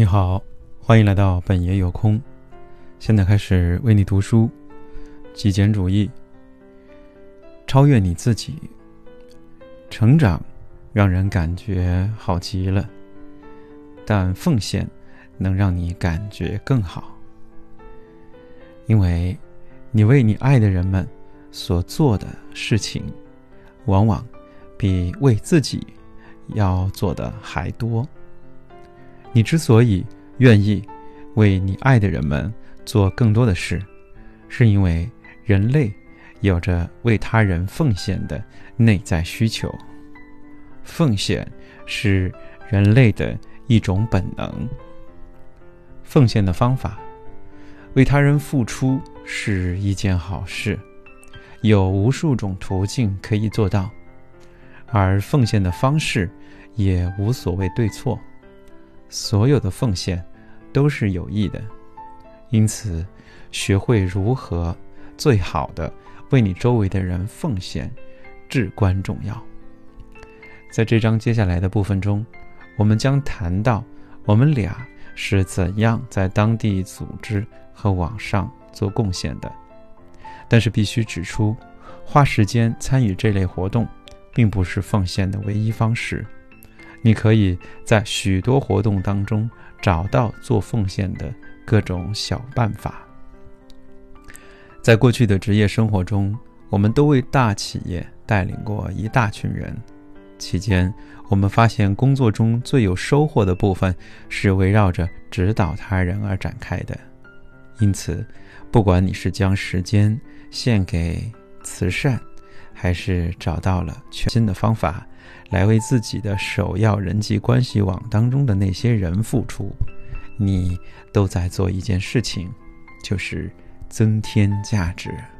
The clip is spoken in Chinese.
好，欢迎来到本爷有空。现在开始为你读书。极简主义，超越你自己。成长让人感觉好极了，但奉献能让你感觉更好。因为你为你爱的人们所做的事情，往往比为自己要做的还多。你之所以愿意为你爱的人们做更多的事，是因为人类有着为他人奉献的内在需求。奉献是人类的一种本能。奉献的方法，为他人付出是一件好事，有无数种途径可以做到，而奉献的方式也无所谓对错。所有的奉献都是有益的，因此学会如何最好的为你周围的人奉献至关重要。在这章接下来的部分中，我们将谈到我们俩是怎样在当地组织和网上做贡献的。但是必须指出，花时间参与这类活动并不是奉献的唯一方式。你可以在许多活动当中找到做奉献的各种小办法。在过去的职业生活中，我们都为大企业带领过一大群人，期间我们发现工作中最有收获的部分是围绕着指导他人而展开的。因此，不管你是将时间献给慈善，还是找到了全新的方法来为自己的首要人际关系网当中的那些人付出，你都在做一件事情，就是增添价值。